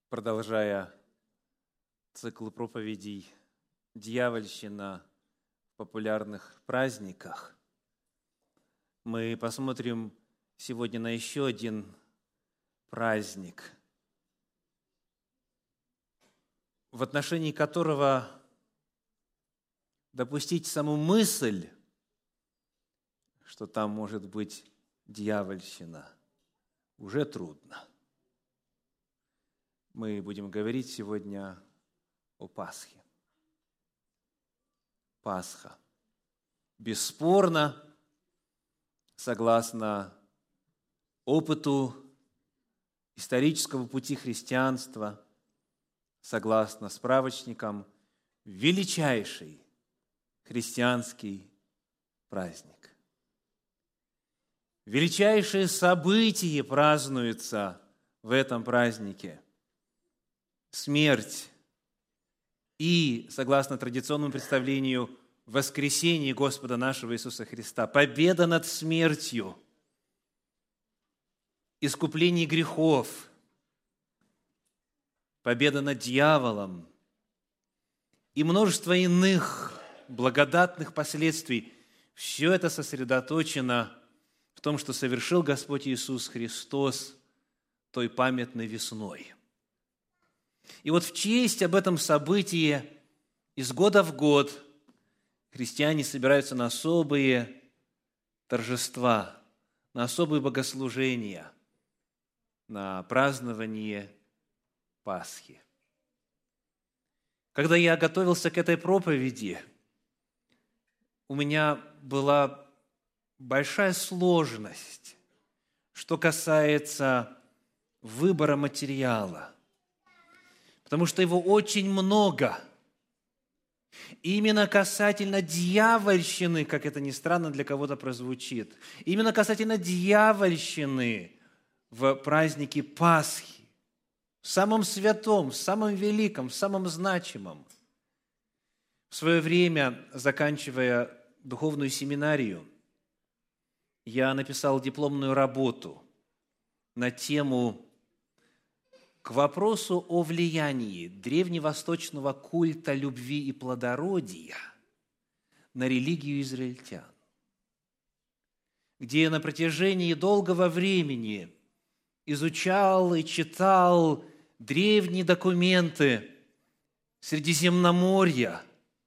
Продолжая цикл проповедей «Дьявольщина в популярных праздниках», мы посмотрим сегодня на еще один праздник, в отношении которого допустить саму мысль, что там может быть дьявольщина, уже трудно. Мы будем говорить сегодня о Пасхе. Пасха. Бесспорно, согласно опыту исторического пути христианства, согласно справочникам, величайший христианский праздник. Величайшее событие празднуется в этом празднике. Смерть и, согласно традиционному представлению, воскресение Господа нашего Иисуса Христа, победа над смертью, искупление грехов, победа над дьяволом и множество иных благодатных последствий. Все это сосредоточено в том, что совершил Господь Иисус Христос той памятной весной. И вот в честь об этом событии из года в год христиане собираются на особые торжества, на особые богослужения, на празднование Пасхи. Когда я готовился к этой проповеди, у меня была большая сложность, что касается выбора материала, потому что его очень много. Именно касательно дьявольщины, как это ни странно для кого-то прозвучит, именно касательно дьявольщины в празднике Пасхи, в самом святом, в самом великом, в самом значимом. В свое время, заканчивая духовную семинарию, я написал дипломную работу на тему к вопросу о влиянии древневосточного культа любви и плодородия на религию израильтян, где я на протяжении долгого времени изучал и читал древние документы Средиземноморья,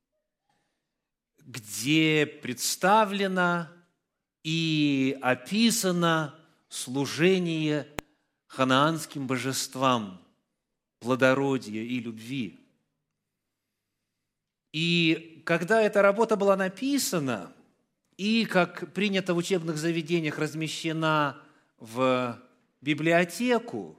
где представлено и описано служение ханаанским божествам плодородия и любви. И когда эта работа была написана и, как принято в учебных заведениях, размещена в библиотеку,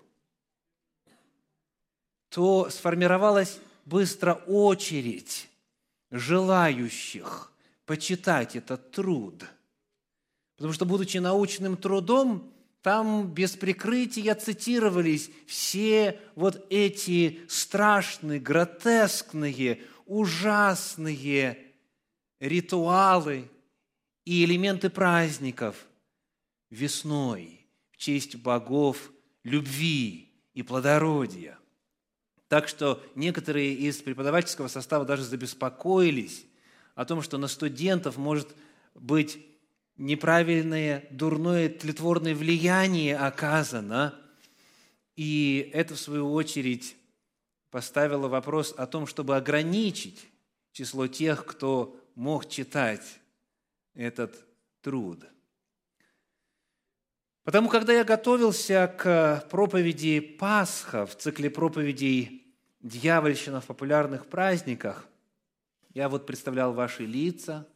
то сформировалась быстро очередь желающих почитать этот труд. Потому что, будучи научным трудом, там без прикрытия цитировались все вот эти страшные, гротескные, ужасные ритуалы и элементы праздников весной в честь богов любви и плодородия. Так что некоторые из преподавательского состава даже забеспокоились о том, что на студентов может быть неправильное, дурное, тлетворное влияние оказано, и это, в свою очередь, поставило вопрос о том, чтобы ограничить число тех, кто мог читать этот труд. Потому, когда я готовился к проповеди Пасха в цикле проповедей «Дьявольщина в популярных праздниках», я вот представлял ваши лица,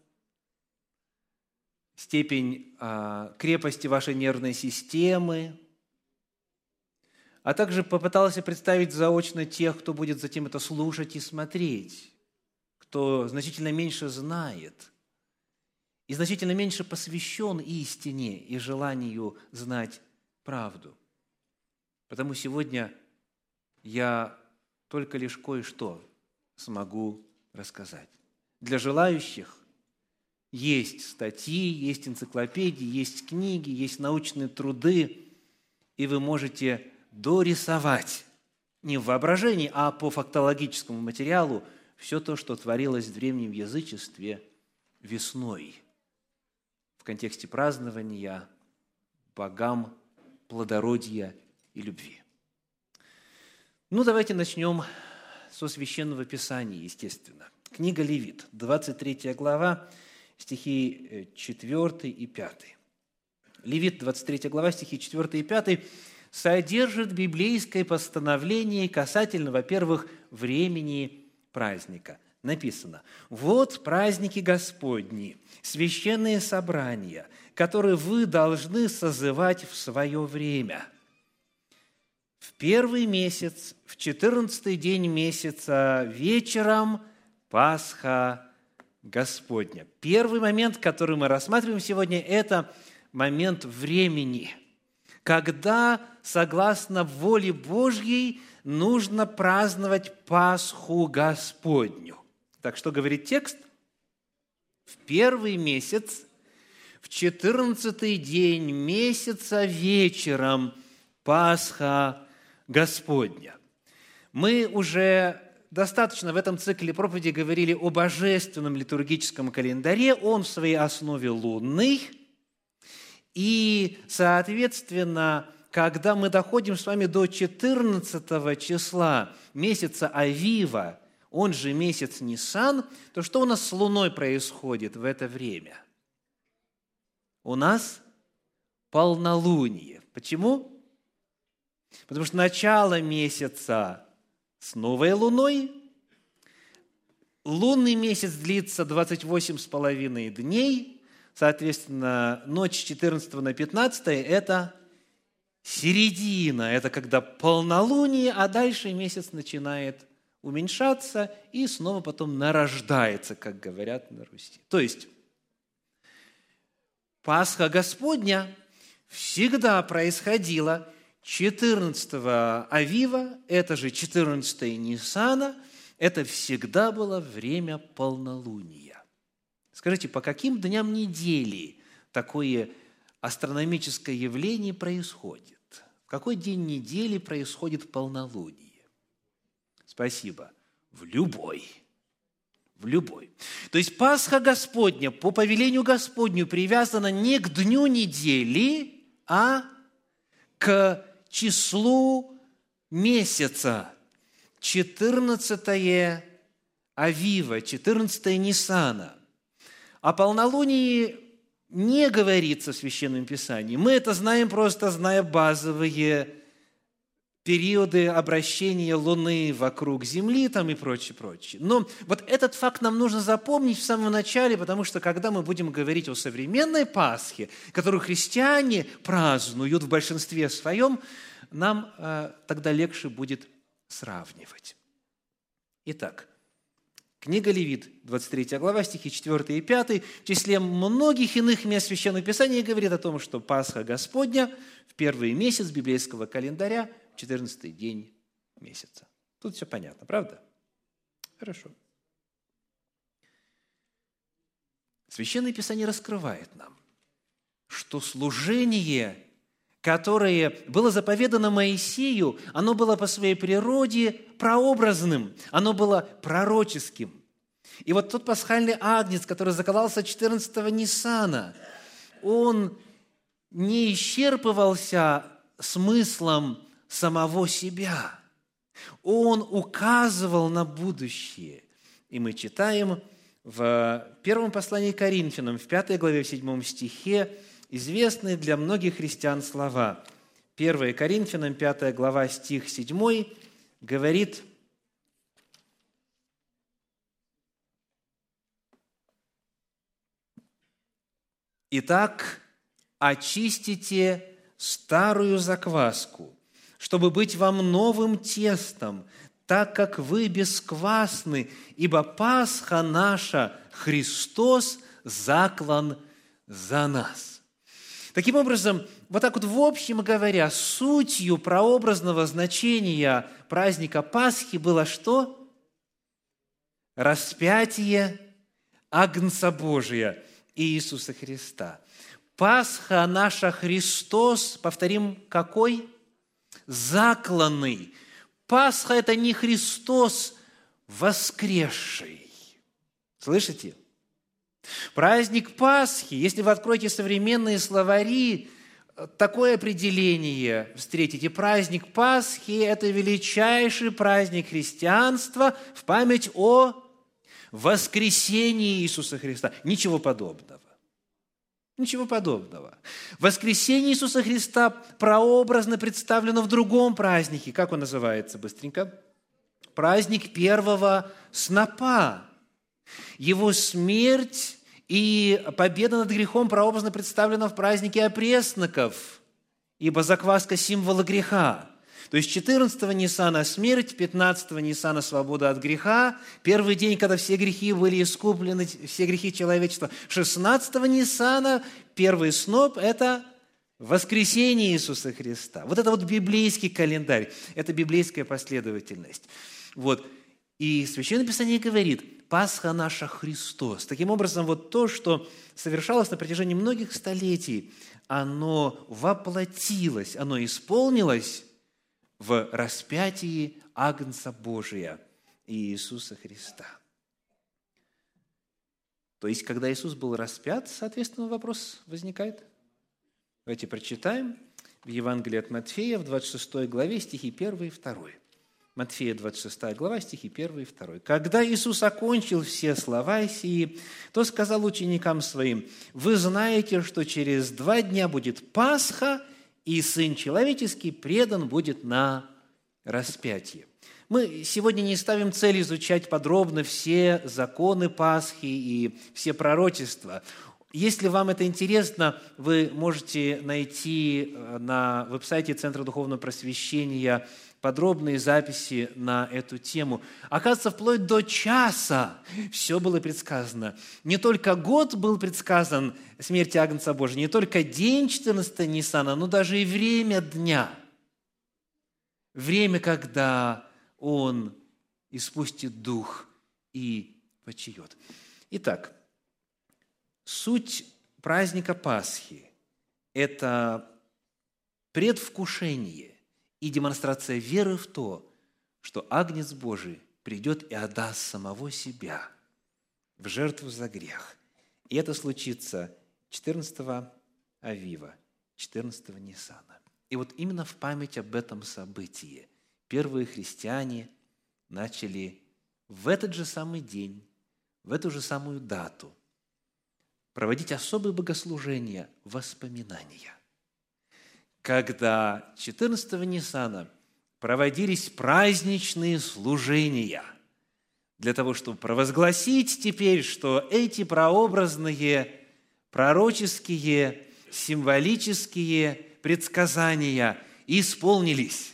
степень крепости вашей нервной системы, а также попытался представить заочно тех, кто будет затем это слушать и смотреть, кто значительно меньше знает и значительно меньше посвящен истине и желанию знать правду. Потому сегодня я только лишь кое-что смогу рассказать. Для желающих есть статьи, есть энциклопедии, есть книги, есть научные труды, и вы можете дорисовать не в воображении, а по фактологическому материалу все то, что творилось в древнем язычестве весной в контексте празднования богам плодородия и любви. Давайте начнем со Священного Писания, естественно. Книга Левит, 23 глава, стихи 4 и 5. Левит, 23 глава, стихи 4 и 5 содержит библейское постановление касательно, во-первых, времени праздника. Написано: «Вот праздники Господни, священные собрания, которые вы должны созывать в свое время. В первый месяц, в 14-й день месяца, вечером Пасха Господня». Первый момент, который мы рассматриваем сегодня, это момент времени, когда, согласно воле Божьей, нужно праздновать Пасху Господню. Так что говорит текст? В первый месяц, в 14-й день месяца вечером Пасха Господня. Мы уже достаточно в этом цикле проповеди говорили о божественном литургическом календаре. Он в своей основе лунный. И, соответственно, когда мы доходим с вами до 14 числа месяца Авива, он же месяц Нисан, то что у нас с Луной происходит в это время? У нас полнолуние. Почему? Потому что начало месяца с новой Луной, лунный месяц длится 28,5 дней, соответственно, ночь с 14 на 15 – это середина, это когда полнолуние, а дальше месяц начинает уменьшаться и снова потом нарождается, как говорят на Руси. То есть Пасха Господня всегда происходила 14 Авива, это же 14 Нисана, это всегда было время полнолуния. Скажите, по каким дням недели такое астрономическое явление происходит? В какой день недели происходит полнолуние? Спасибо. В любой. В любой. То есть Пасха Господня по повелению Господню привязана не к дню недели, а к числу месяца. 14 Авива, 14 Нисана. О полнолунии не говорится в Священном Писании. Мы это знаем, просто зная базовые периоды обращения Луны вокруг Земли там и прочее, прочее. Но вот этот факт нам нужно запомнить в самом начале, потому что когда мы будем говорить о современной Пасхе, которую христиане празднуют в большинстве своем, нам тогда легче будет сравнивать. Итак, книга Левит, 23 глава, стихи 4 и 5, в числе многих иных мест Священного Писания говорит о том, что Пасха Господня в первый месяц библейского календаря, 14-й день месяца. Тут все понятно, правда? Хорошо. Священное Писание раскрывает нам, что служение, которое было заповедано Моисею, оно было по своей природе прообразным, оно было пророческим. И вот тот пасхальный агнец, который закололся 14-го Нисана, он не исчерпывался смыслом самого себя. Он указывал на будущее. И мы читаем в первом послании к Коринфянам, в 5 главе, в 7 стихе, известные для многих христиан слова. 1 Коринфянам, 5 глава, стих 7, говорит: «Итак, очистите старую закваску, чтобы быть вам новым тестом, так как вы бесквасны, ибо Пасха наша, Христос, заклан за нас». Таким образом, вот так вот в общем говоря, сутью прообразного значения праздника Пасхи было что? Распятие Агнца Божия Иисуса Христа. Пасха наша Христос, повторим, какой? Закланный, Пасха – это не Христос воскресший. Слышите? Праздник Пасхи, если вы откроете современные словари, такое определение встретите. Праздник Пасхи – это величайший праздник христианства в память о воскресении Иисуса Христа. Ничего подобного. Ничего подобного. Воскресение Иисуса Христа прообразно представлено в другом празднике. Как он называется? Быстренько. Праздник первого снопа. Его смерть и победа над грехом прообразно представлена в празднике опресноков, ибо закваска – символа греха. То есть 14-го Ниссана – смерть, 15-го Ниссана – свобода от греха, первый день, когда все грехи были искуплены, все грехи человечества. 16-го Ниссана – первый сноп – это воскресение Иисуса Христа. Вот это вот библейский календарь, это библейская последовательность. Вот. И Священное Писание говорит – Пасха наша Христос. Таким образом, вот то, что совершалось на протяжении многих столетий, оно воплотилось, оно исполнилось в распятии Агнца Божия Иисуса Христа. То есть, когда Иисус был распят, соответственно, вопрос возникает. Давайте прочитаем в Евангелии от Матфея, в 26 главе, стихи 1 и 2. Матфея, 26 глава, стихи 1 и 2. «Когда Иисус окончил все слова сии, то сказал ученикам Своим: „Вы знаете, что через 2 дня будет Пасха, и Сын Человеческий предан будет на распятие“». Мы сегодня не ставим цель изучать подробно все законы Пасхи и все пророчества. Если вам это интересно, вы можете найти на веб-сайте Центра Духовного Просвещения подробные записи на эту тему. Оказывается, вплоть до часа все было предсказано. Не только год был предсказан смерти Агнца Божия, не только день 14 Ниссана, но даже и время дня. Время, когда Он испустит Дух и почиет. Итак, суть праздника Пасхи – это предвкушение и демонстрация веры в то, что Агнец Божий придет и отдаст самого себя в жертву за грех. И это случится 14 Авива, 14 Ниссана. И вот именно в память об этом событии первые христиане начали в этот же самый день, в эту же самую дату проводить особые богослужения, воспоминания. Когда 14 Ниссана проводились праздничные служения для того, чтобы провозгласить теперь, что эти прообразные, пророческие, символические предсказания исполнились.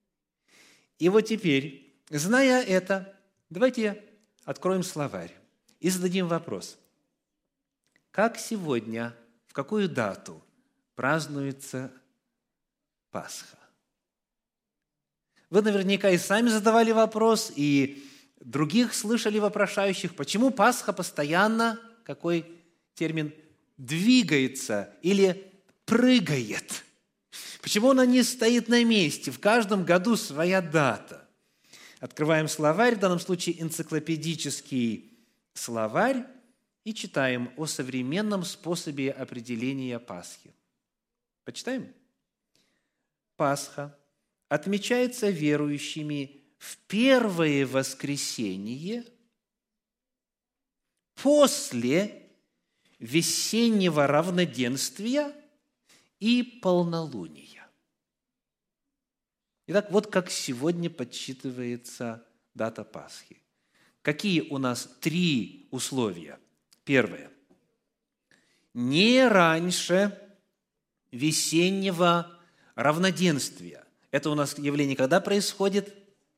И вот теперь, зная это, давайте откроем словарь и зададим вопрос. Как сегодня, в какую дату празднуется Пасха? Вы наверняка и сами задавали вопрос, и других слышали вопрошающих, почему Пасха постоянно, какой термин, двигается или прыгает? Почему она не стоит на месте? В каждом году своя дата. Открываем словарь, в данном случае энциклопедический словарь, и читаем о современном способе определения Пасхи. Почитаем? Пасха отмечается верующими в первое воскресенье после весеннего равноденствия и полнолуния. Итак, вот как сегодня подсчитывается дата Пасхи. Какие у нас 3 условия? Первое. Не раньше весеннего равноденствия. Это у нас явление когда происходит?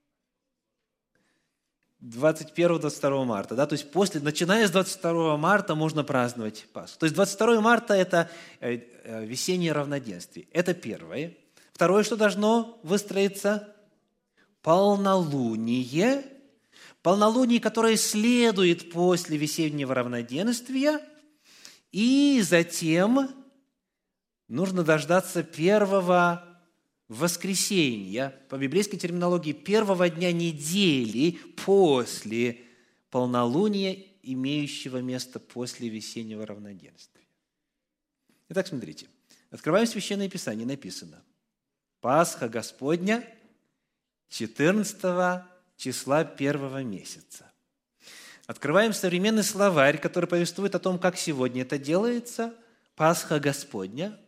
21-22 марта. Да? То есть начиная с 22 марта можно праздновать Пасху. То есть 22 марта – это весеннее равноденствие. Это первое. Второе, что должно выстроиться? Полнолуние. Полнолуние, которое следует после весеннего равноденствия. И затем нужно дождаться первого воскресенья, по библейской терминологии, первого дня недели после полнолуния, имеющего место после весеннего равноденствия. Итак, смотрите. Открываем Священное Писание, написано: Пасха Господня 14 числа первого месяца. Открываем современный словарь, который повествует о том, как сегодня это делается. Пасха Господня.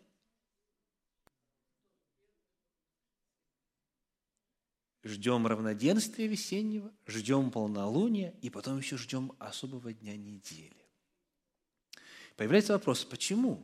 Ждем равноденствия весеннего, ждем полнолуния, и потом еще ждем особого дня недели. Появляется вопрос, почему?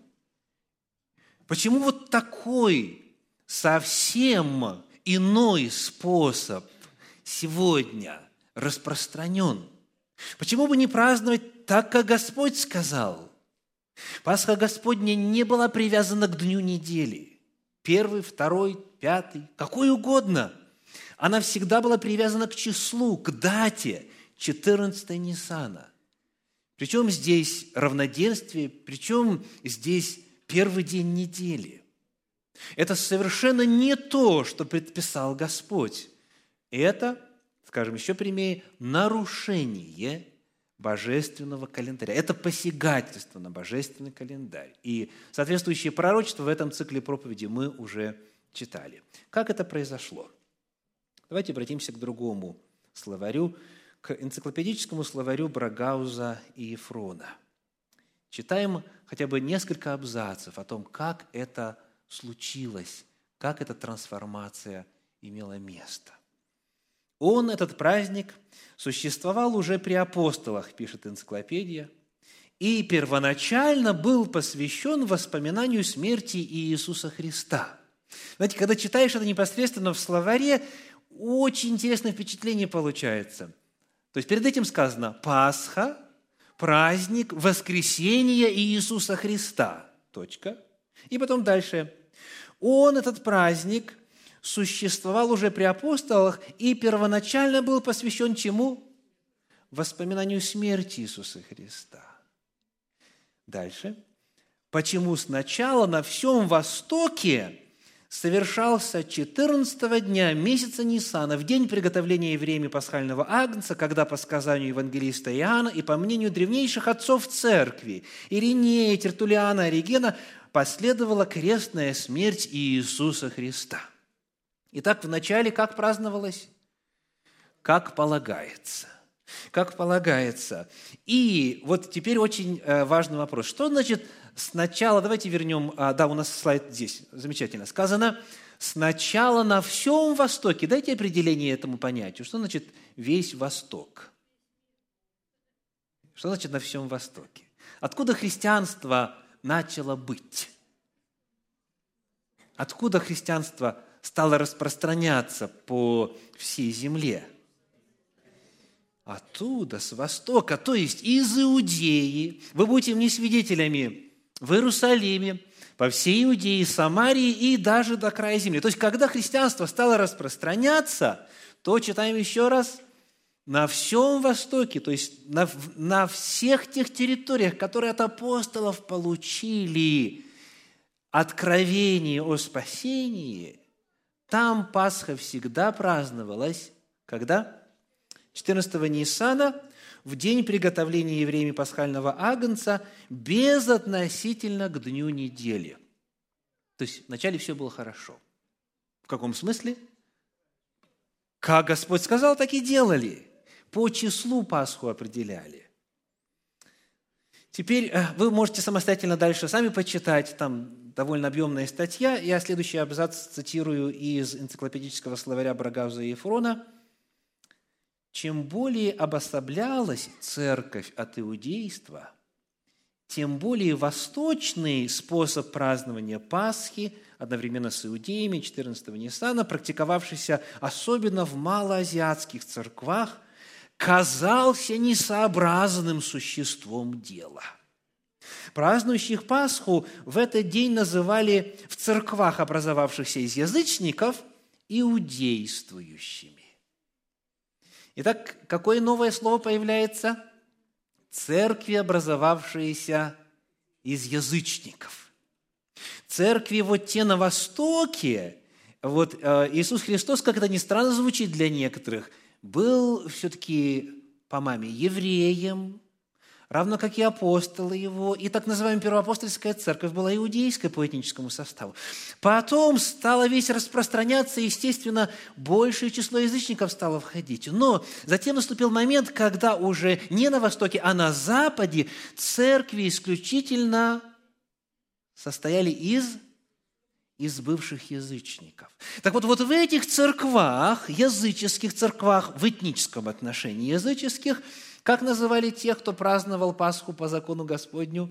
Почему вот такой совсем иной способ сегодня распространен? Почему бы не праздновать так, как Господь сказал? Пасха Господня не была привязана к дню недели. 1, 2, 5, какой угодно. Она всегда была привязана к числу, к дате 14 Ниссана. Причем здесь равноденствие, причем здесь первый день недели. Это совершенно не то, что предписал Господь. Это, скажем еще прямее, нарушение божественного календаря. Это посягательство на божественный календарь. И соответствующие пророчества в этом цикле проповеди мы уже читали. Как это произошло? Давайте обратимся к другому словарю, к энциклопедическому словарю Брагауза и Ефрона. Читаем хотя бы несколько абзацев о том, как это случилось, как эта трансформация имела место. Этот праздник, существовал уже при апостолах, пишет энциклопедия, и первоначально был посвящен воспоминанию смерти Иисуса Христа. Знаете, когда читаешь это непосредственно в словаре, очень интересное впечатление получается. То есть перед этим сказано «Пасха», праздник воскресения Иисуса Христа. Точка. И потом дальше. Этот праздник, существовал уже при апостолах и первоначально был посвящен чему? Воспоминанию смерти Иисуса Христа. Дальше. Почему сначала на всем Востоке совершался 14 дня месяца Ниссана, в день приготовления евреями пасхального агнца, когда по сказанию евангелиста Иоанна и по мнению древнейших отцов церкви, Иринея, Тертуллиана, Оригена, последовала крестная смерть Иисуса Христа. Итак, вначале как праздновалось? Как полагается. Как полагается. И вот теперь очень важный вопрос. Что значит сначала, давайте вернем, у нас слайд здесь, замечательно, сказано, сначала на всем Востоке. Дайте определение этому понятию. Что значит весь Восток? Что значит на всем Востоке? Откуда христианство начало быть? Откуда христианство стало распространяться по всей земле? Оттуда, с Востока, то есть из Иудеи. Вы будете мне свидетелями в Иерусалиме, по всей Иудее, Самарии и даже до края земли. То есть, когда христианство стало распространяться, то, читаем еще раз, на всем Востоке, то есть на всех тех территориях, которые от апостолов получили откровение о спасении, там Пасха всегда праздновалась, когда? 14 Ниссана, в день приготовления евреями пасхального агнца, безотносительно к дню недели. То есть вначале все было хорошо. В каком смысле? Как Господь сказал, так и делали. По числу Пасху определяли. Теперь вы можете самостоятельно дальше сами почитать, там довольно объемная статья. Я следующий абзац цитирую из энциклопедического словаря Брагауза и Ефрона. Чем более обособлялась церковь от иудейства, тем более восточный способ празднования Пасхи, одновременно с иудеями, 14 Ниссана, практиковавшийся особенно в малоазиатских церквах, казался несообразным существом дела. Празднующих Пасху в этот день называли в церквах, образовавшихся из язычников, иудействующими. Итак, какое новое слово появляется? Церкви, образовавшиеся из язычников. Церкви вот те на Востоке, Иисус Христос, как это ни странно звучит для некоторых, был все-таки по маме евреем, равно как и апостолы его, и так называемая первоапостольская церковь была иудейская по этническому составу. Потом стало весь распространяться, естественно, большее число язычников стало входить. Но затем наступил момент, когда уже не на Востоке, а на Западе церкви исключительно состояли из бывших язычников. Так вот в этих церквах, языческих церквах, в этническом отношении языческих, как называли тех, кто праздновал Пасху по закону Господню?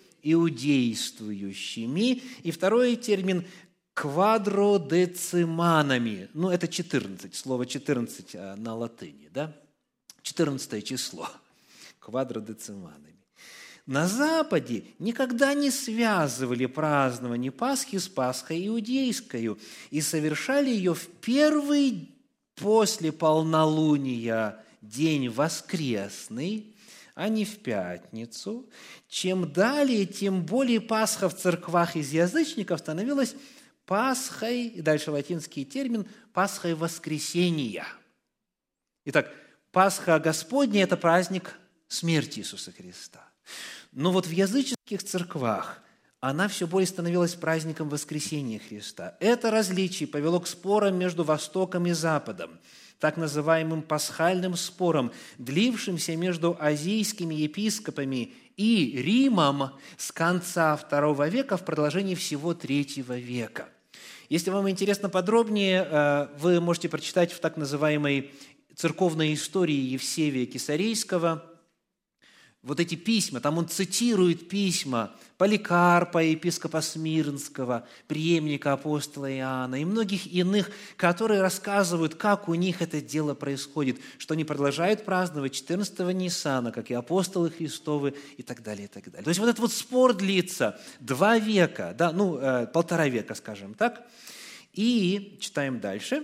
Иудействующими. И второй термин – квадродециманами. Это 14, слово 14 на латыни, да? 14 число. Квадродециманами. На Западе никогда не связывали празднование Пасхи с Пасхой иудейскою и совершали ее в первый после полнолуния день воскресный, а не в пятницу. Чем далее, тем более Пасха в церквах из язычников становилась Пасхой, и дальше латинский термин, Пасхой воскресения. Итак, Пасха Господня – это праздник смерти Иисуса Христа. Но в языческих церквах она все более становилась праздником воскресения Христа. Это различие повело к спорам между Востоком и Западом, так называемым пасхальным спором, длившимся между азийскими епископами и Римом с конца II века в продолжении всего III века. Если вам интересно подробнее, вы можете прочитать в так называемой церковной истории Евсевия Кесарейского эти письма, там он цитирует письма Поликарпа, епископа Смирнского, преемника апостола Иоанна и многих иных, которые рассказывают, как у них это дело происходит, что они продолжают праздновать 14-го Ниссана, как и апостолы Христовы и так далее, и так далее. То есть этот спор длится 2 века, да, 1,5 века, скажем так. И читаем дальше.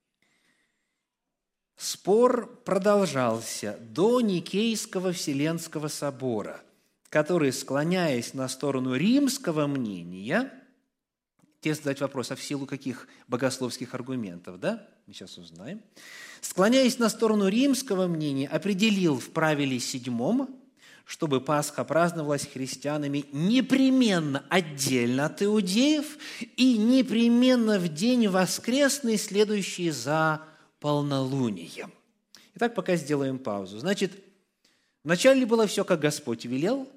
Спор продолжался до Никейского Вселенского собора, который, склоняясь на сторону римского мнения, теперь задать вопрос, а в силу каких богословских аргументов, да? Мы сейчас узнаем. Склоняясь на сторону римского мнения, определил в правиле 7, чтобы Пасха праздновалась христианами непременно отдельно от иудеев и непременно в день воскресный, следующий за полнолунием. Итак, пока сделаем паузу. Значит, вначале было все, как Господь велел,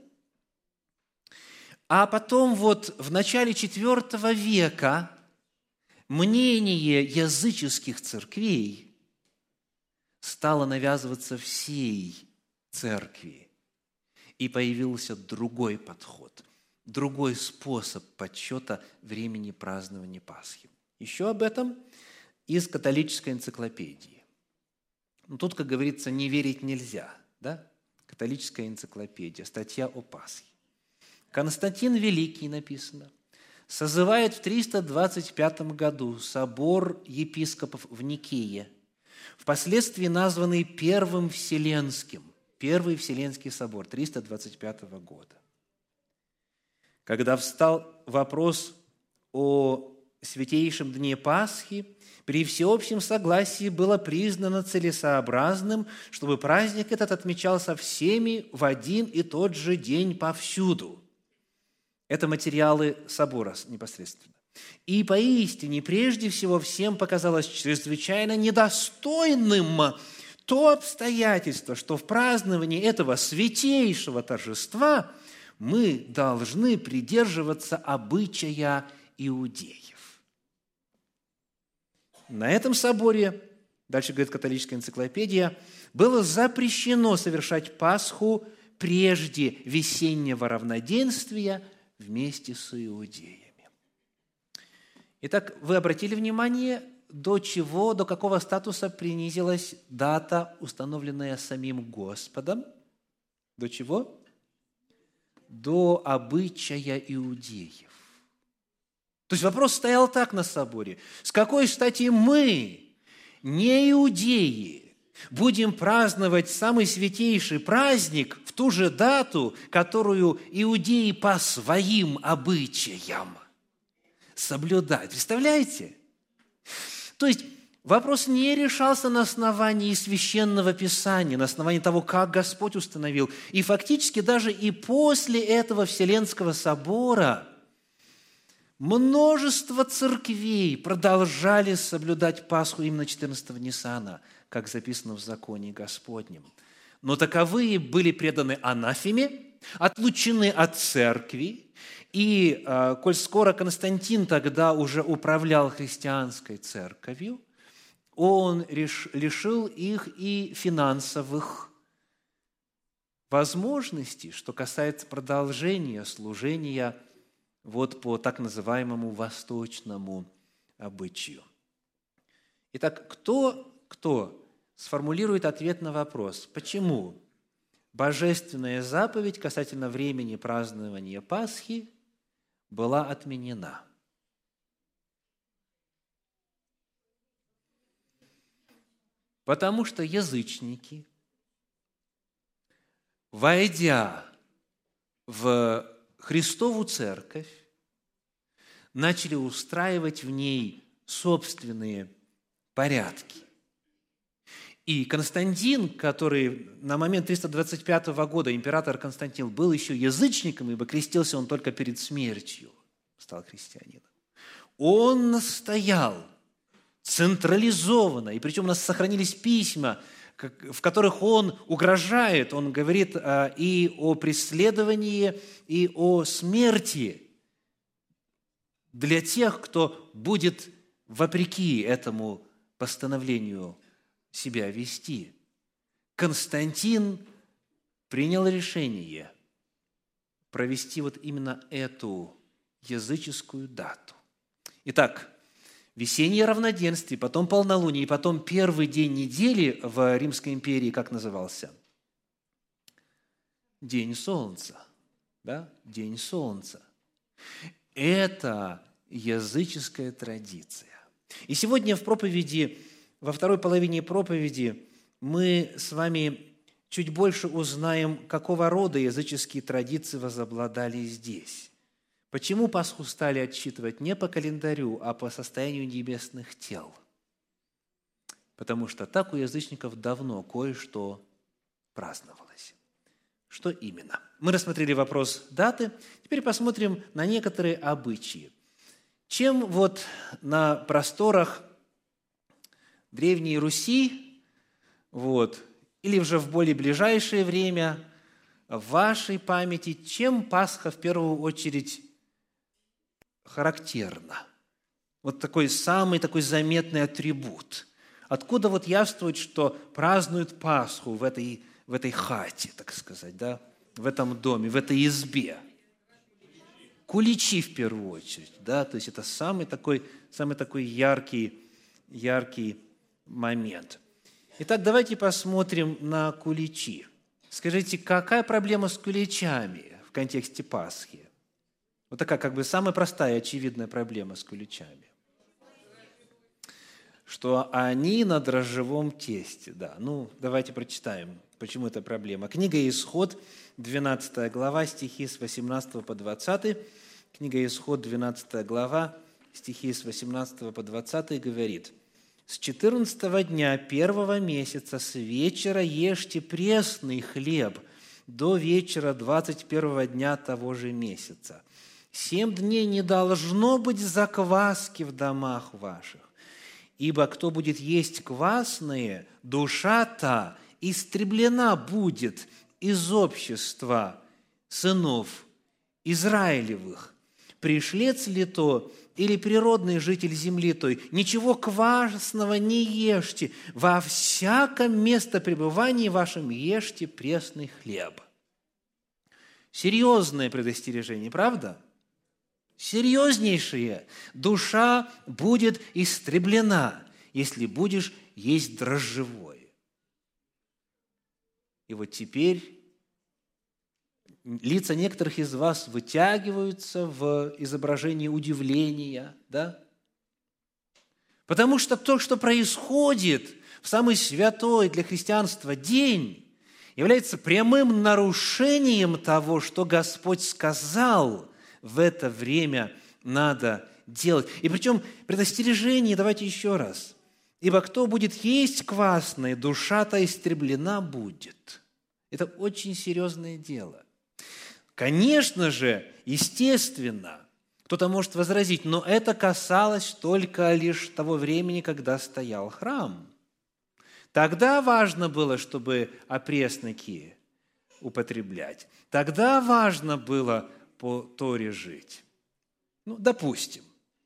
а потом в начале IV века мнение языческих церквей стало навязываться всей церкви, и появился другой подход, другой способ подсчета времени празднования Пасхи. Еще об этом из католической энциклопедии. Тут, как говорится, не верить нельзя. Да? Католическая энциклопедия, статья о Пасхе. Константин Великий, написано, созывает в 325 году собор епископов в Никее, впоследствии названный Первым Вселенским, Первый Вселенский собор 325 года. Когда встал вопрос о святейшем дне Пасхи, при всеобщем согласии было признано целесообразным, чтобы праздник этот отмечался всеми в один и тот же день повсюду. Это материалы собора непосредственно. И поистине, прежде всего, всем показалось чрезвычайно недостойным то обстоятельство, что в праздновании этого святейшего торжества мы должны придерживаться обычая иудеев. На этом соборе, дальше говорит католическая энциклопедия, было запрещено совершать Пасху прежде весеннего равноденствия вместе с иудеями. Итак, вы обратили внимание, до какого статуса принизилась дата, установленная самим Господом? До чего? До обычая иудеев. То есть вопрос стоял так на соборе. С какой стати мы, не иудеи, будем праздновать самый святейший праздник в ту же дату, которую иудеи по своим обычаям соблюдают? Представляете? То есть вопрос не решался на основании Священного Писания, на основании того, как Господь установил. И фактически даже и после этого Вселенского собора множество церквей продолжали соблюдать Пасху именно 14-го Ниссана, как записано в законе Господнем. Но таковые были преданы анафеме, отлучены от церкви, и, коль скоро Константин тогда уже управлял христианской церковью, он лишил их и финансовых возможностей, что касается продолжения служения вот по так называемому восточному обычаю. Итак, кто сформулирует ответ на вопрос, почему божественная заповедь касательно времени празднования Пасхи была отменена? Потому что язычники, войдя в Христову церковь, начали устраивать в ней собственные порядки. И Константин, который на момент 325 года, император Константин, был еще язычником, ибо крестился он только перед смертью, стал христианином, он настоял централизованно, и причем у нас сохранились письма, в которых он угрожает, он говорит и о преследовании, и о смерти для тех, кто будет вопреки этому постановлению себя вести. Константин принял решение провести вот именно эту языческую дату. Итак, весеннее равноденствие, потом полнолуние, и потом первый день недели в Римской империи, как назывался? День солнца. Да? День солнца. Это языческая традиция. И сегодня в проповеди, во второй половине проповеди, мы с вами чуть больше узнаем, какого рода языческие традиции возобладали здесь. Почему Пасху стали отсчитывать не по календарю, а по состоянию небесных тел? Потому что так у язычников давно кое-что праздновалось. Что именно? Мы рассмотрели вопрос даты, теперь посмотрим на некоторые обычаи. Чем вот на просторах Древней Руси, или уже в более ближайшее время, в вашей памяти, чем Пасха в первую очередь характерна? Вот такой самый такой заметный атрибут. Откуда вот явствует, что празднуют Пасху в этой хате, так сказать, да? В этом доме, в этой избе? Куличи в первую очередь, да? То есть это самый такой яркий момент. Итак, давайте посмотрим на куличи. Скажите, какая проблема с куличами в контексте Пасхи? Вот такая как бы самая простая и очевидная проблема с куличами. Что они на дрожжевом тесте. Да. Давайте прочитаем, почему это проблема. Книга Исход, 12 глава, стихи с 18 по 20. Книга Исход, 12 глава, стихи с 18 по 20 говорит: «С 14 дня первого месяца с вечера ешьте пресный хлеб до вечера 21 дня того же месяца. 7 дней не должно быть закваски в домах ваших, ибо кто будет есть квасное, душа-то истреблена будет из общества сынов Израилевых. Пришлец ли то, или природный житель земли той, ничего квасного не ешьте, во всяком местопребывании вашем ешьте пресный хлеб». Серьезное предостережение, правда? Серьезнейшее. Душа будет истреблена, если будешь есть дрожжевое. И вот теперь лица некоторых из вас вытягиваются в изображении удивления, да? Потому что то, что происходит в самый святой для христианства день, является прямым нарушением того, что Господь сказал: в это время надо делать. И причем предостережение, давайте еще раз. «Ибо кто будет есть квасное, душа-то истреблена будет». Это очень серьезное дело. Конечно же, естественно, кто-то может возразить, но это касалось только лишь того времени, когда стоял храм. Тогда важно было, чтобы опресноки употреблять. Тогда важно было по Торе жить. Допустим.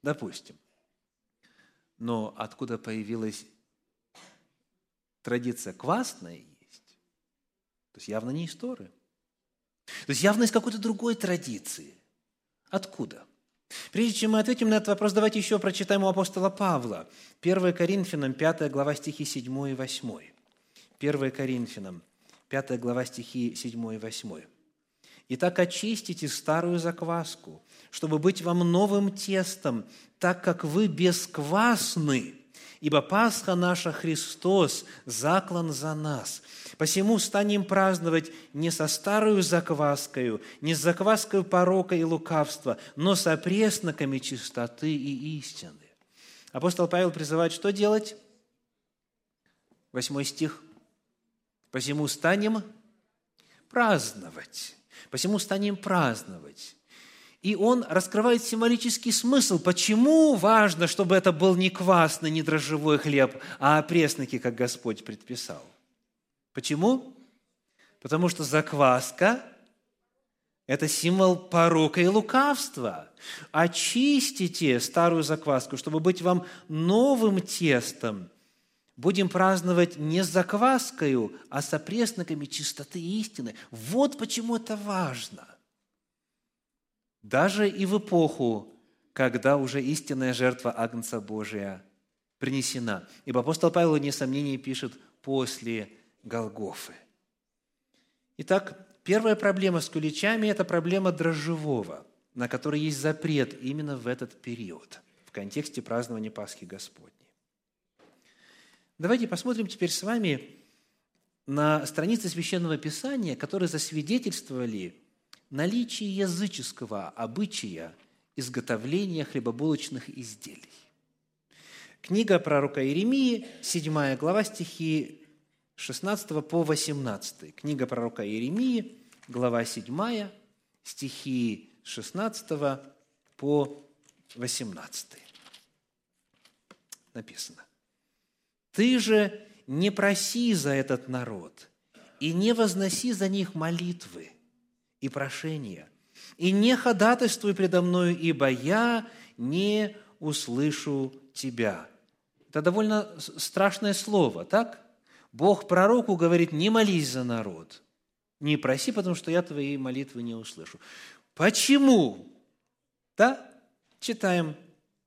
Но откуда появилась традиция квасная есть? То есть явно не из Торы. То есть явно из какой-то другой традиции. Откуда? Прежде чем мы ответим на этот вопрос, давайте еще прочитаем у апостола Павла. 1 Коринфянам, 5 глава, стихи 7 и 8. 1 Коринфянам, 5 глава, стихи 7 и 8. «Итак, очистите старую закваску, чтобы быть вам новым тестом, так как вы бесквасны, ибо Пасха наша Христос заклан за нас. Посему станем праздновать не со старою закваскою, не с закваскою порока и лукавства, но с опресноками чистоты и истины». Апостол Павел призывает что делать? 8 стих. «Посему станем праздновать». Посему станем праздновать. И он раскрывает символический смысл, почему важно, чтобы это был не квасный, не дрожжевой хлеб, а опресноки, как Господь предписал. Почему? Потому что закваска – это символ порока и лукавства. Очистите старую закваску, чтобы быть вам новым тестом. Будем праздновать не с закваскою, а с опресноками чистоты и истины. Вот почему это важно. Даже и в эпоху, когда уже истинная жертва Агнца Божия принесена. Ибо апостол Павел, вне сомнений, пишет «после Голгофы». Итак, первая проблема с куличами – это проблема дрожжевого, на которой есть запрет именно в этот период, в контексте празднования Пасхи Господней. Давайте посмотрим теперь с вами на страницы Священного Писания, которые засвидетельствовали наличие языческого обычая изготовления хлебобулочных изделий. Книга пророка Иеремии, 7 глава, стихи 16 по 18. Книга пророка Иеремии, глава 7, стихи 16 по 18. Написано: «Ты же не проси за этот народ, и не возноси за них молитвы и прошения, и не ходатайствуй предо мною, ибо я не услышу тебя». Это довольно страшное слово, так? Бог пророку говорит: не молись за народ, не проси, потому что я твоей молитвы не услышу. Почему? Да? Читаем.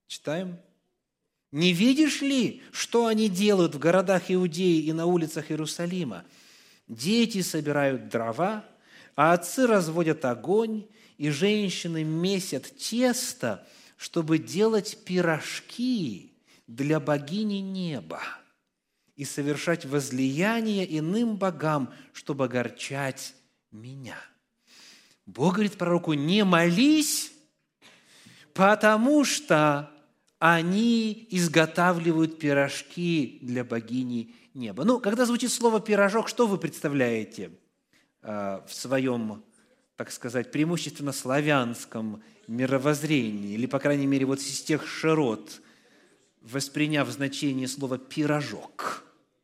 «Не видишь ли, что они делают в городах Иудеи и на улицах Иерусалима? Дети собирают дрова, а отцы разводят огонь, и женщины месят тесто, чтобы делать пирожки для богини неба и совершать возлияние иным богам, чтобы огорчать меня». Бог говорит пророку: не молись, потому что они изготавливают пирожки для богини неба. Когда звучит слово «пирожок», что вы представляете в своем, так сказать, преимущественно славянском мировоззрении, или, по крайней мере, вот из тех широт, восприняв значение слова «пирожок»?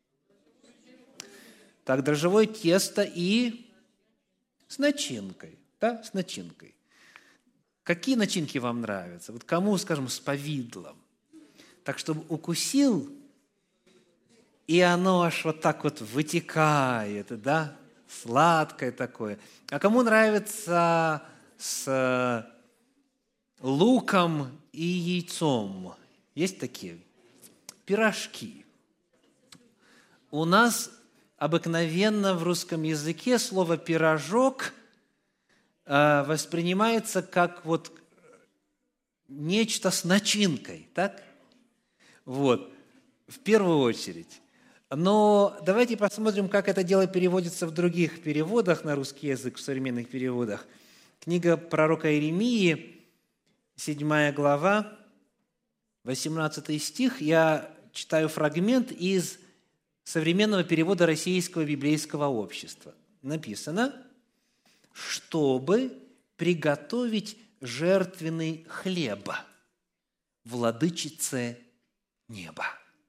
Так, дрожжевое тесто и с начинкой, да, с начинкой. Какие начинки вам нравятся? Вот кому, скажем, с повидлом? Так, чтобы укусил, и оно аж вот так вот вытекает, да? Сладкое такое. А кому нравится с луком и яйцом? Есть такие? Пирожки. У нас обыкновенно в русском языке слово «пирожок» воспринимается как вот нечто с начинкой, так? Вот, в первую очередь. Но давайте посмотрим, как это дело переводится в других переводах на русский язык, в современных переводах. Книга пророка Иеремии, 7 глава, 18 стих, я читаю фрагмент из современного перевода Российского библейского общества. Написано: «Чтобы приготовить жертвенный хлеб владычице неба».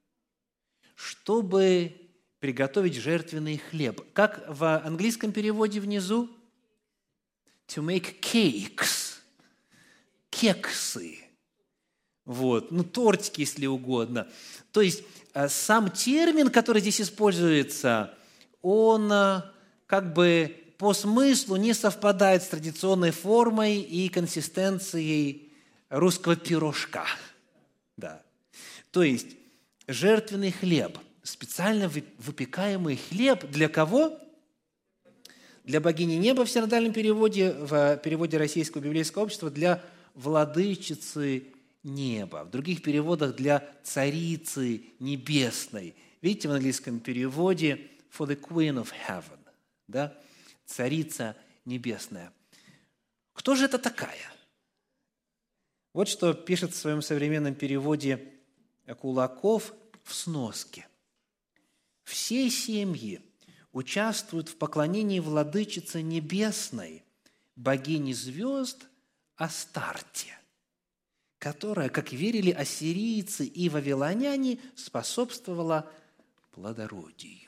Чтобы приготовить жертвенный хлеб. Как в английском переводе внизу? To make cakes. Кексы. Вот. Тортики, если угодно. То есть, сам термин, который здесь используется, он как бы по смыслу не совпадает с традиционной формой и консистенцией русского пирожка. Да. То есть, жертвенный хлеб, специально выпекаемый хлеб для кого? Для богини неба в синодальном переводе, в переводе Российского библейского общества, для владычицы неба. В других переводах для царицы небесной. Видите, в английском переводе for the queen of heaven, да? Царица небесная. Кто же это такая? Вот что пишет в своем современном переводе Кулаков в сноске. Все семьи участвуют в поклонении владычице небесной, богини звезд Астарте, которая, как верили ассирийцы и вавилоняне, способствовала плодородию.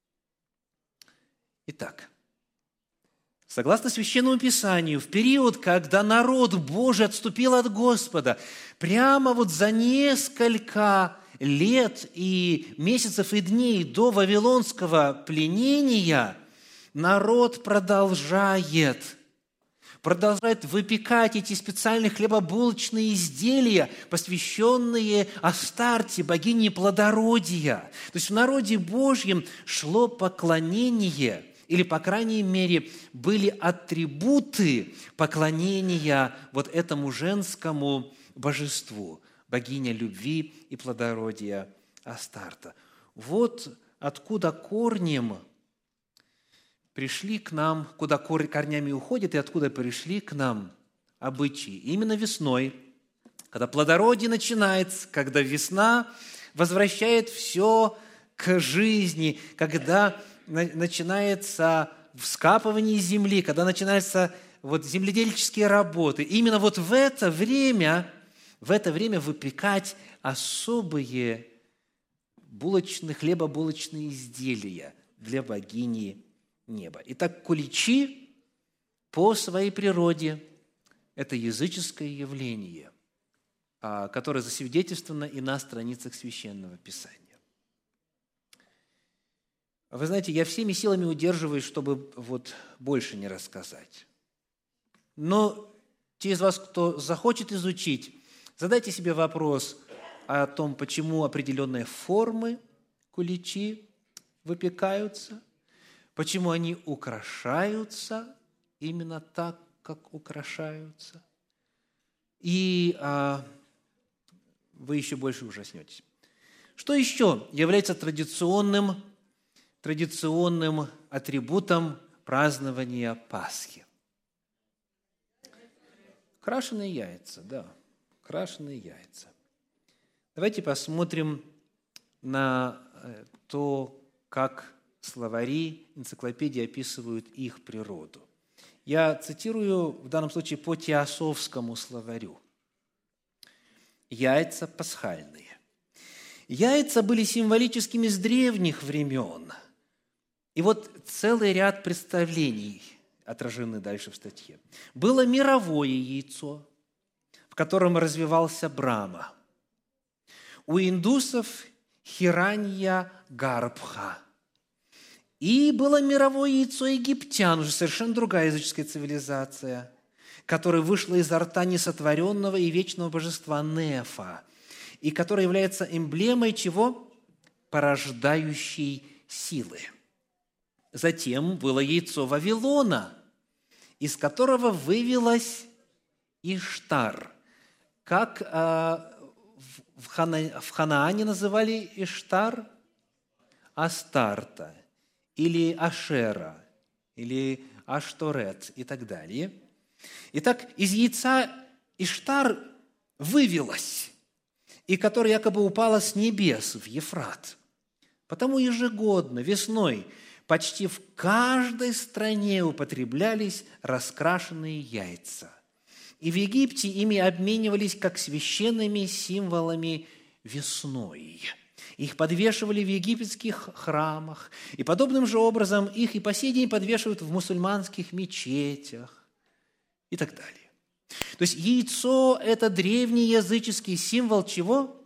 Итак, согласно Священному Писанию, в период, когда народ Божий отступил от Господа, прямо вот за несколько лет и месяцев и дней до вавилонского пленения народ продолжает выпекать эти специальные хлебобулочные изделия, посвященные Астарте, богине плодородия. То есть в народе Божьем шло поклонение, или, по крайней мере, были атрибуты поклонения вот этому женскому божеству, богиня любви и плодородия Астарта. Вот откуда корнем пришли к нам, куда корнями уходят и откуда пришли к нам обычаи. Именно весной, когда плодородие начинается, когда весна возвращает все к жизни, когда начинается вскапывание земли, когда начинаются земледельческие работы. Именно вот в это время выпекать особые хлебобулочные изделия для богини неба. Итак, куличи по своей природе – это языческое явление, которое засвидетельствовано и на страницах Священного Писания. Вы знаете, я всеми силами удерживаюсь, чтобы больше не рассказать. Но те из вас, кто захочет изучить, задайте себе вопрос о том, почему определенные формы куличи выпекаются, почему они украшаются именно так, как украшаются. И вы еще больше ужаснетесь. Что еще является традиционным атрибутом празднования Пасхи? Крашеные яйца, да, крашеные яйца. Давайте посмотрим на то, как словари, энциклопедии описывают их природу. Я цитирую в данном случае по Теософскому словарю. Яйца пасхальные. Яйца были символическими с древних времен. И целый ряд представлений отражены дальше в статье. Было мировое яйцо, в котором развивался Брахма. У индусов Хиранья Гарбха. И было мировое яйцо египтян, уже совершенно другая языческая цивилизация, которая вышла изо рта несотворенного и вечного божества Нефа, и которая является эмблемой чего? Порождающей силы. Затем было яйцо Вавилона, из которого вывелась Иштар. Как в Ханаане называли Иштар? Астарта, или Ашера, или Ашторет и так далее. Итак, из яйца Иштар вывелась. и которая якобы упала с небес в Ефрат. Потому ежегодно, весной, почти в каждой стране употреблялись раскрашенные яйца. И в Египте ими обменивались как священными символами весной. Их подвешивали в египетских храмах, и подобным же образом их и по сей день подвешивают в мусульманских мечетях и так далее. То есть яйцо – это древний языческий символ чего?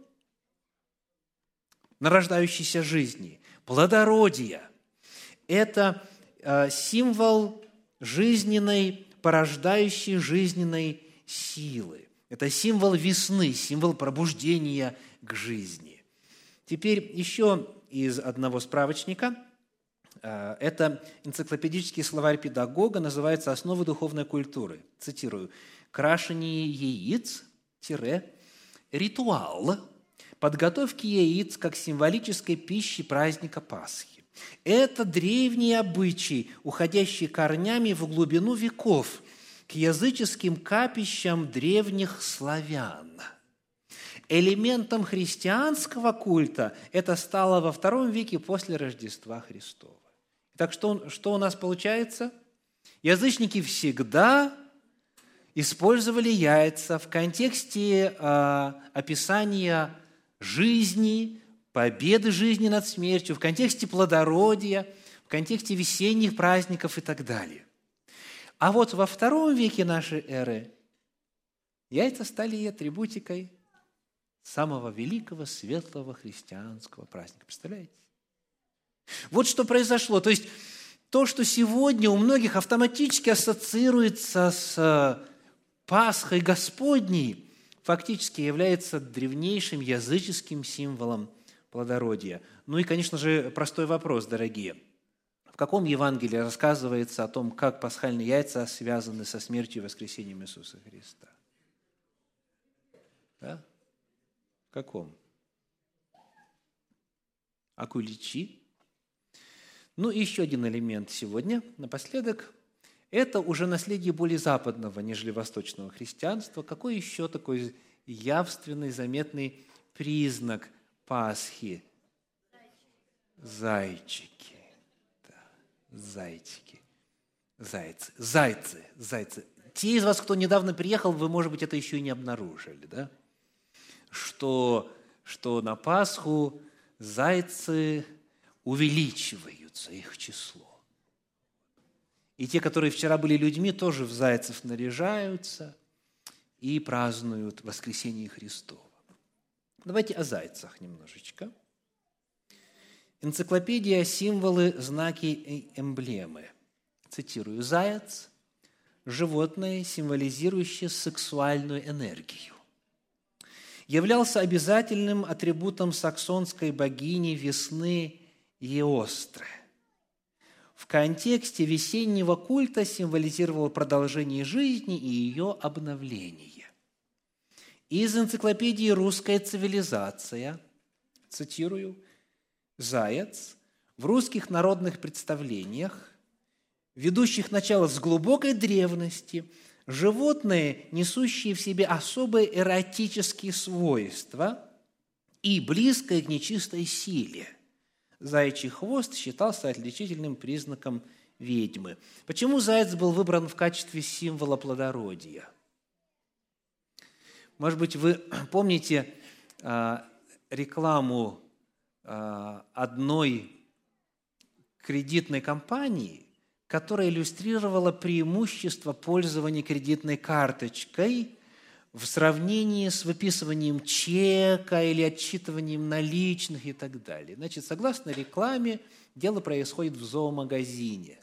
Нарождающейся жизни, плодородия. Это символ жизненной, порождающей жизненной силы. Это символ весны, символ пробуждения к жизни. Теперь еще из одного справочника. Это энциклопедический словарь педагога, называется «Основы духовной культуры». Цитирую. «Крашение яиц – ритуал подготовки яиц как символической пищи праздника Пасхи. Это древний обычай, уходящий корнями в глубину веков к языческим капищам древних славян. Элементом христианского культа это стало во II веке после Рождества Христова». Так что у нас получается? Язычники всегда использовали яйца в контексте описания жизни, победы жизни над смертью, в контексте плодородия, в контексте весенних праздников и так далее. А вот во II веке нашей эры яйца стали атрибутикой самого великого, светлого христианского праздника. Представляете? Вот что произошло. То есть, то, что сегодня у многих автоматически ассоциируется с Пасхой Господней, фактически является древнейшим языческим символом плодородия. Ну и, конечно же, простой вопрос, дорогие. В каком Евангелии рассказывается о том, как пасхальные яйца связаны со смертью и воскресением Иисуса Христа? Да? В каком? А куличи? Ну и еще один элемент сегодня, напоследок, это уже наследие более западного, нежели восточного христианства. Какой еще такой явственный, заметный признак Пасхи? Зайчики. Да, зайчики. Зайцы. Те из вас, кто недавно приехал, вы, может быть, это еще и не обнаружили, да? Что на Пасху зайцы увеличиваются, их число. И те, которые вчера были людьми, тоже в зайцев наряжаются и празднуют воскресение Христово. Давайте о зайцах немножечко. Энциклопедия «Символы, знаки и эмблемы». Цитирую. «Заяц – животное, символизирующее сексуальную энергию. Являлся обязательным атрибутом саксонской богини весны Еостры. В контексте весеннего культа символизировал продолжение жизни и ее обновление. Из энциклопедии «Русская цивилизация», цитирую, «Заяц в русских народных представлениях, ведущих начало с глубокой древности, животные, несущие в себе особые эротические свойства и близкое к нечистой силе. Заячий хвост считался отличительным признаком ведьмы». Почему заяц был выбран в качестве символа плодородия? Может быть, вы помните рекламу одной кредитной компании, которая иллюстрировала преимущество пользования кредитной карточкой в сравнении с выписыванием чека или отсчитыванием наличных и так далее. Значит, согласно рекламе, дело происходит в зоомагазине.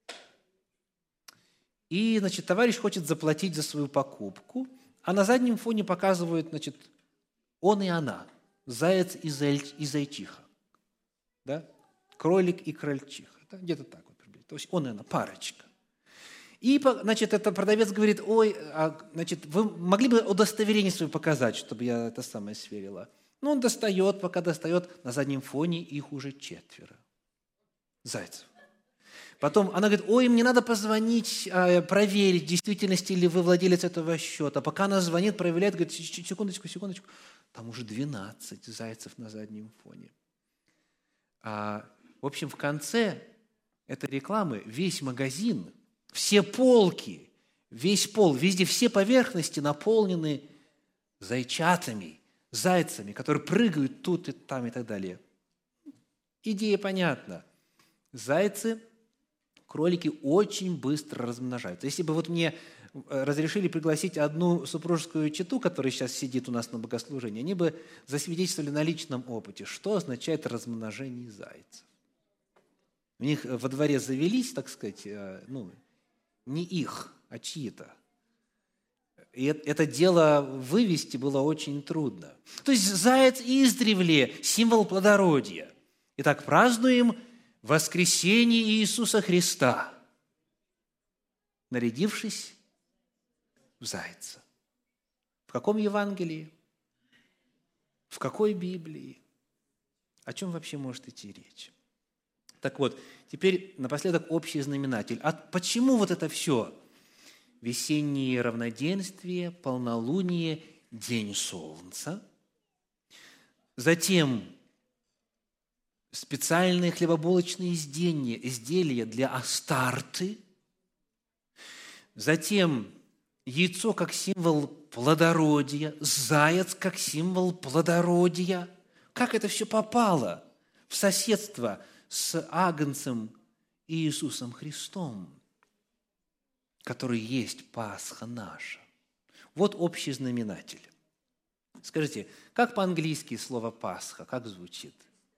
И, значит, товарищ хочет заплатить за свою покупку, а на заднем фоне показывают, значит, он и она, заяц и зайчиха, да? Кролик и крольчиха, да? Где-то так вот. То есть он и она, парочка. И, значит, этот продавец говорит: ой, значит, вы могли бы удостоверение свое показать, чтобы я это самое сверила? Ну, он достает, пока достает, на заднем фоне их уже 4 зайцев. Потом она говорит: ой, мне надо позвонить, проверить, в действительности ли вы владелец этого счета. Пока она звонит, проверяет, говорит: секундочку, там уже 12 зайцев на заднем фоне. В общем, в конце этой рекламы весь магазин, все полки, весь пол, везде все поверхности наполнены зайчатами, зайцами, которые прыгают тут и там и так далее. Идея понятна. Зайцы, кролики очень быстро размножаются. Если бы вот мне разрешили пригласить одну супружескую чету, которая сейчас сидит у нас на богослужении, они бы засвидетельствовали на личном опыте, что означает размножение зайцев. У них во дворе завелись, так сказать, не их, а чьи-то. И это дело вывести было очень трудно. То есть заяц издревле – символ плодородия. Итак, празднуем воскресение Иисуса Христа, нарядившись в зайца. В каком Евангелии? В какой Библии? О чем вообще может идти речь? Так вот, теперь напоследок общий знаменатель. А почему вот это все? Весеннее равноденствие, полнолуние, день солнца. Затем специальные хлебобулочные изделия для Астарты. Затем яйцо как символ плодородия, заяц как символ плодородия. Как это все попало в соседство с Агнцем Иисусом Христом, который есть Пасха наша? Вот общий знаменатель. Скажите, как по-английски слово «Пасха», как звучит?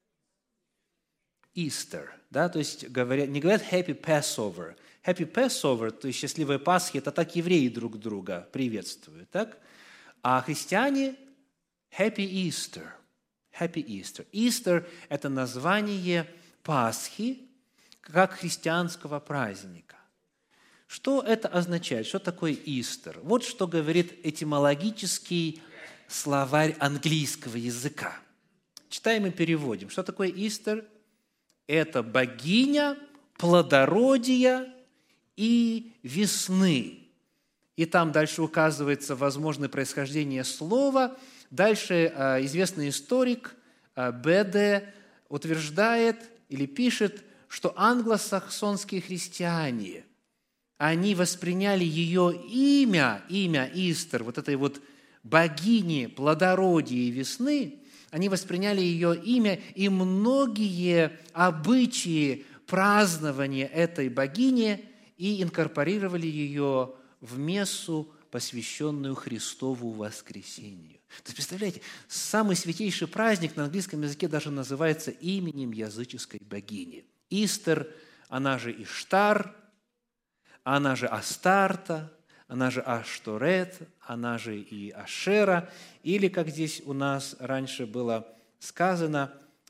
Easter, да, то есть не говорят Happy Passover. Happy Passover, то есть счастливые Пасхи, это так евреи друг друга приветствуют, так? А христиане Happy Easter. Happy Easter. Easter – это название Пасхи как христианского праздника. Что это означает? Что такое Easter? Вот что говорит этимологический словарь английского языка. Читаем и переводим. Что такое Easter? Это богиня плодородия и весны. И там дальше указывается возможное происхождение слова. Дальше известный историк Беде утверждает или пишет, что англосаксонские христиане, они восприняли ее имя Истер, вот этой вот богини плодородия и весны, они восприняли ее имя, и многие обычаи празднования этой богини и инкорпорировали ее в мессу, посвященную Христову воскресению. То есть, представляете, самый святейший праздник на английском языке даже называется именем языческой богини. Истер, она же Иштар, она же Астарта, она же Ашторет, она же и Ашера, или, как здесь у нас раньше было сказано,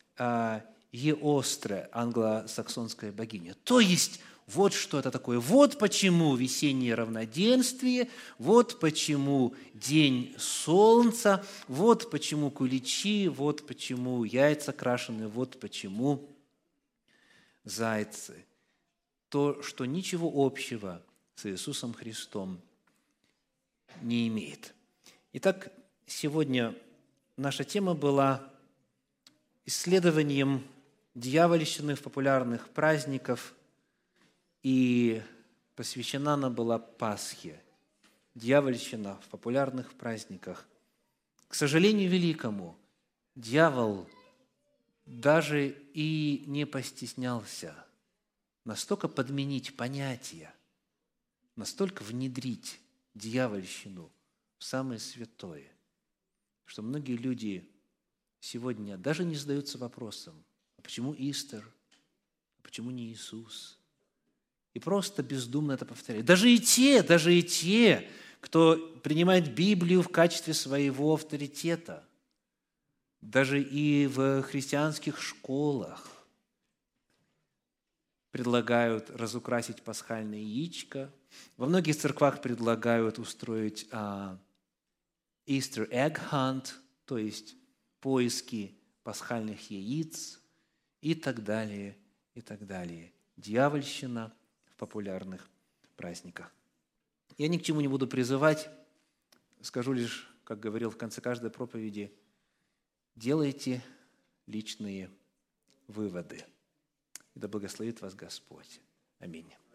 Еостре, англосаксонская богиня. То есть, вот что это такое. Вот почему весеннее равноденствие, вот почему день солнца, вот почему куличи, вот почему яйца крашены, вот почему зайцы. То, что ничего общего с Иисусом Христом не имеет. Итак, сегодня наша тема была исследованием дьявольщины в популярных праздниках, и посвящена она была Пасхе. Дьявольщина в популярных праздниках. К сожалению великому, дьявол даже и не постеснялся настолько подменить понятия, настолько внедрить дьявольщину в самое святое, что многие люди сегодня даже не задаются вопросом, а почему Истер, а почему не Иисус? И просто бездумно это повторяют. Даже и те, кто принимает Библию в качестве своего авторитета, даже и в христианских школах предлагают разукрасить пасхальное яичко. Во многих церквах предлагают устроить Easter egg hunt, то есть поиски пасхальных яиц и так далее, и так далее, дьявольщина в популярных праздниках. Я ни к чему не буду призывать, скажу лишь, как говорил в конце каждой проповеди, делайте личные выводы. И да благословит вас Господь. Аминь.